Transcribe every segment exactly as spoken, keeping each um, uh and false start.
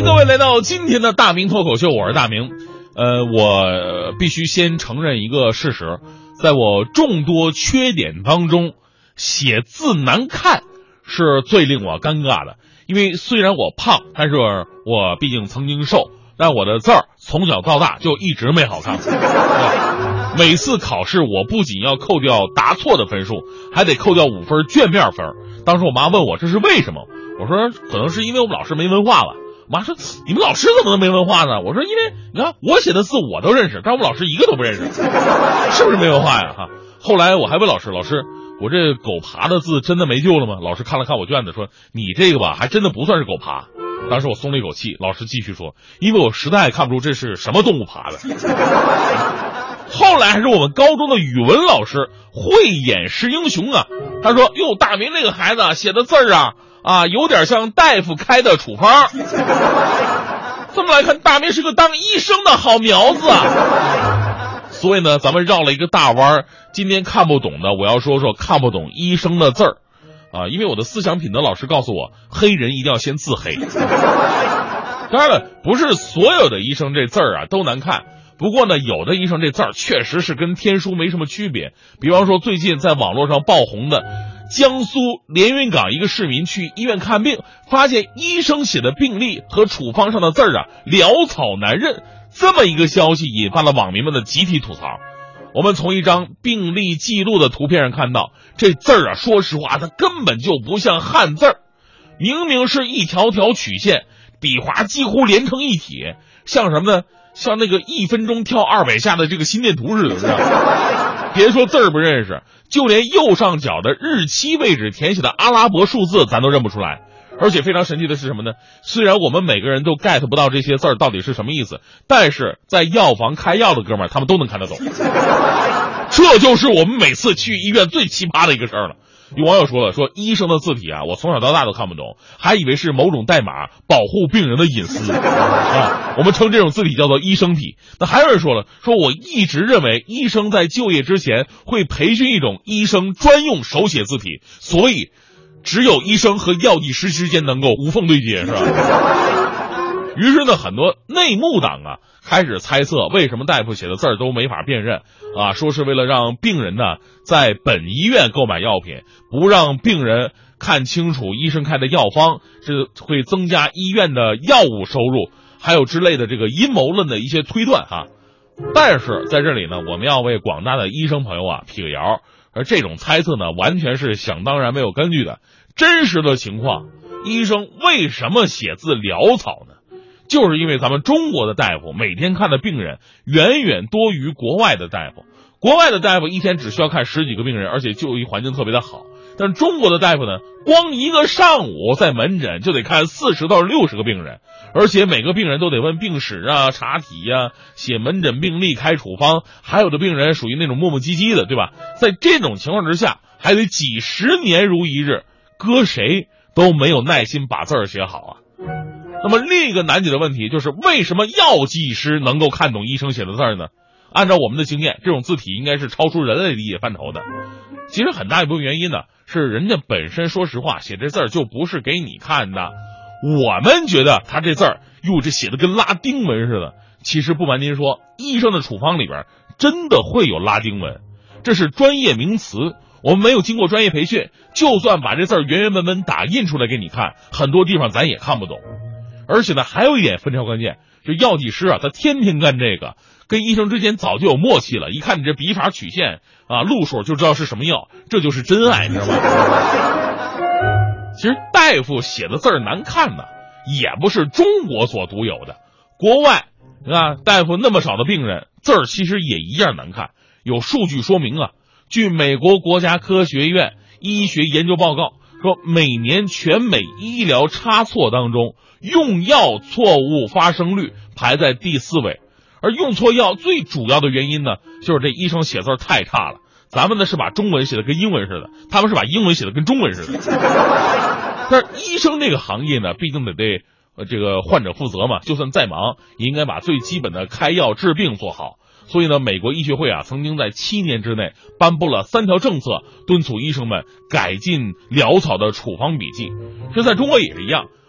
迎各位来到今天的大明脱口秀，我是大明。呃，我必须先承认一个事实，在我众多缺点当中，写字难看是最令我尴尬的。因为虽然我胖，但是我毕竟曾经瘦，但我的字儿从小到大就一直没好看过。每次考试，我不仅要扣掉答错的分数，还得扣掉五分卷面分。当时我妈问我这是为什么，我说可能是因为我们老师没文化吧。我妈说你们老师怎么能没文化呢？我说因为你看我写的字我都认识，但是我们老师一个都不认识，是不是没文化呀？哈。后来我还问老师，老师我这狗爬的字真的没救了吗？老师看了看我卷子说你这个吧还真的不算是狗爬。当时我松了一口气，老师继续说因为我实在看不出这是什么动物爬的。后来还是我们高中的语文老师慧眼识英雄啊，他说哟大明这个孩子写的字儿啊啊有点像大夫开的处方。这么来看大明是个当医生的好苗子啊。所以呢咱们绕了一个大弯，今天看不懂的我要说说看不懂医生的字儿啊，因为我的思想品德老师告诉我黑人一定要先自黑。当然了不是所有的医生这字儿啊都难看，不过呢有的医生这字儿确实是跟天书没什么区别。比方说最近在网络上爆红的江苏连云港一个市民去医院看病，发现医生写的病历和处方上的字儿啊潦草难认，这么一个消息引发了网民们的集体吐槽。我们从一张病历记录的图片上看到，这字儿啊说实话它根本就不像汉字儿，明明是一条条曲线，笔划几乎连成一体，像什么呢？像那个一分钟跳二百下的这个心电图似的，是吧？别说字儿不认识，就连右上角的日期位置填写的阿拉伯数字咱都认不出来。而且非常神奇的是什么呢？虽然我们每个人都 get 不到这些字儿到底是什么意思，但是在药房开药的哥们儿他们都能看得懂。这就是我们每次去医院最奇葩的一个事儿了。有网友说了，说医生的字体啊我从小到大都看不懂，还以为是某种代码保护病人的隐私啊，我们称这种字体叫做医生体。那还有人说了，说我一直认为医生在就业之前会培训一种医生专用手写字体，所以只有医生和药剂师之间能够无缝对接，是吧？于是呢很多内幕党啊开始猜测为什么大夫写的字儿都没法辨认啊，说是为了让病人呢在本医院购买药品，不让病人看清楚医生开的药方，这会增加医院的药物收入，还有之类的这个阴谋论的一些推断哈。但是在这里呢我们要为广大的医生朋友啊辟个谣，而这种猜测呢完全是想当然没有根据的。真实的情况，医生为什么写字潦草呢？就是因为咱们中国的大夫每天看的病人远远多于国外的大夫。国外的大夫一天只需要看十几个病人，而且就医环境特别的好。但是中国的大夫呢，光一个上午在门诊就得看四十到六十个病人，而且每个病人都得问病史啊、查体呀、啊、写门诊病历、开处方，还有的病人属于那种磨磨唧唧的，对吧？在这种情况之下，还得几十年如一日，搁谁都没有耐心把字儿写好啊。那么另一个难解的问题就是，为什么药剂师能够看懂医生写的字儿呢？按照我们的经验，这种字体应该是超出人类理解范畴的。其实很大一部分原因呢，是人家本身说实话写这字儿就不是给你看的。我们觉得他这字儿，哟，这写的跟拉丁文似的。其实不瞒您说，医生的处方里边真的会有拉丁文，这是专业名词。我们没有经过专业培训，就算把这字儿原原本本打印出来给你看，很多地方咱也看不懂。而且呢，还有一点分条关键，就药剂师啊，他天天干这个，跟医生之间早就有默契了。一看你这笔法曲线啊、路数，就知道是什么药，这就是真爱，你知道吗？其实大夫写的字儿难看呢，也不是中国所独有的，国外啊，大夫那么少的病人，字儿其实也一样难看。有数据说明啊，据美国国家科学院医学研究报告说，每年全美医疗差错当中，用药错误发生率排在第四位。而用错药最主要的原因呢，就是这医生写字太差了。咱们呢是把中文写的跟英文似的，他们是把英文写的跟中文似的。但是医生这个行业呢，毕竟得对呃这个患者负责嘛，就算再忙，也应该把最基本的开药治病做好。所以呢，美国医学会啊，曾经在七年之内颁布了三条政策，敦促医生们改进潦草的处方笔记。这在中国也是一样，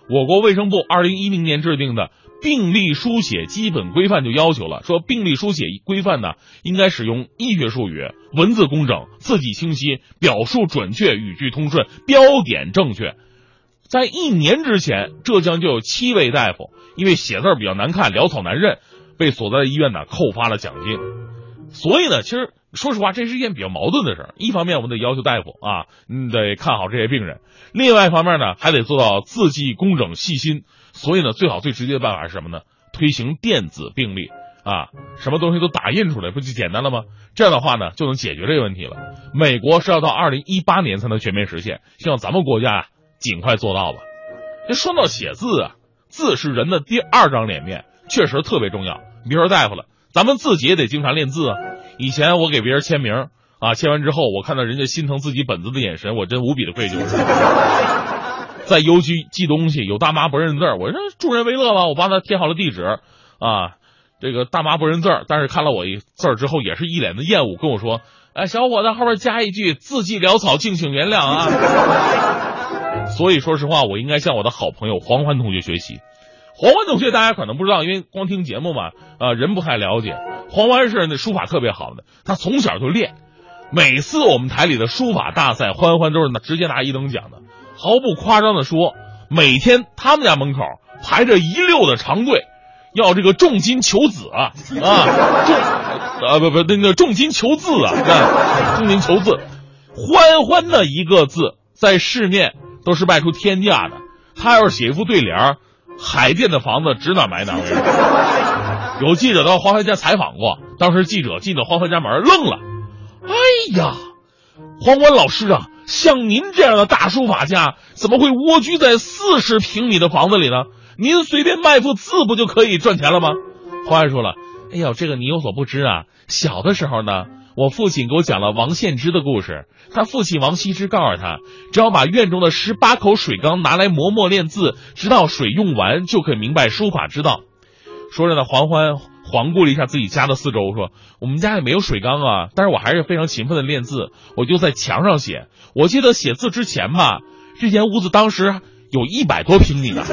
我国卫生部二零一零年制定的病历书写基本规范就要求了，说病历书写规范呢，应该使用医学术语，文字工整，字迹清晰，表述准确，语句通顺，标点正确。在一年之前，浙江就有七位大夫因为写字比较难看，潦草难认，被所在的医院呢扣发了奖金。所以呢，其实说实话，这是一件比较矛盾的事儿。一方面，我们得要求大夫啊，你得看好这些病人；另外一方面呢，还得做到字迹工整、细心。所以呢，最好最直接的办法是什么呢？推行电子病历啊，什么东西都打印出来，不就简单了吗？这样的话呢，就能解决这个问题了。美国是要到二零一八年才能全面实现，希望咱们国家啊尽快做到吧。这说到写字啊，字是人的第二张脸面，确实特别重要。你别说大夫了，咱们自己也得经常练字啊。以前我给别人签名啊，签完之后，我看到人家心疼自己本子的眼神，我真无比的愧疚。在邮局寄东西，有大妈不认字，我说助人为乐吧，我帮他贴好了地址啊。这个大妈不认字，但是看了我一字之后，也是一脸的厌恶，跟我说：“哎，小伙子，后边加一句字迹潦草，敬请原谅啊。”所以说实话，我应该向我的好朋友黄欢同学学习。黄欢同学大家可能不知道，因为光听节目嘛，呃，人不太了解。黄欢是那书法特别好的，他从小就练。每次我们台里的书法大赛，欢欢都是直接拿一等奖的。毫不夸张的说，每天他们家门口排着一溜的长队，要这个重金求子啊啊，重啊不不那个重金求字啊，啊重金求字。欢欢的一个字在市面都是卖出天价的，他要是写一副对联，海淀的房子指哪买哪为止。有记者到欢欢家采访过，当时记者进到欢欢家门愣了，哎呀，欢欢老师啊，像您这样的大书法家，怎么会蜗居在四十平米的房子里呢？您随便卖副字不就可以赚钱了吗？欢欢说了，哎呦，这个你有所不知啊，小的时候呢，我父亲给我讲了王献之的故事。他父亲王羲之告诉他，只要把院中的十八口水缸拿来磨墨练字，直到水用完，就可以明白书法之道。说着呢，欢欢环顾了一下自己家的四周，说：“我们家也没有水缸啊，但是我还是非常勤奋的练字，我就在墙上写。我记得写字之前吧，这间屋子当时有一百多平米呢，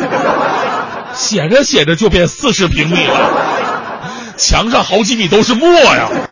写着写着就变四十平米了，墙上好几米都是墨呀。”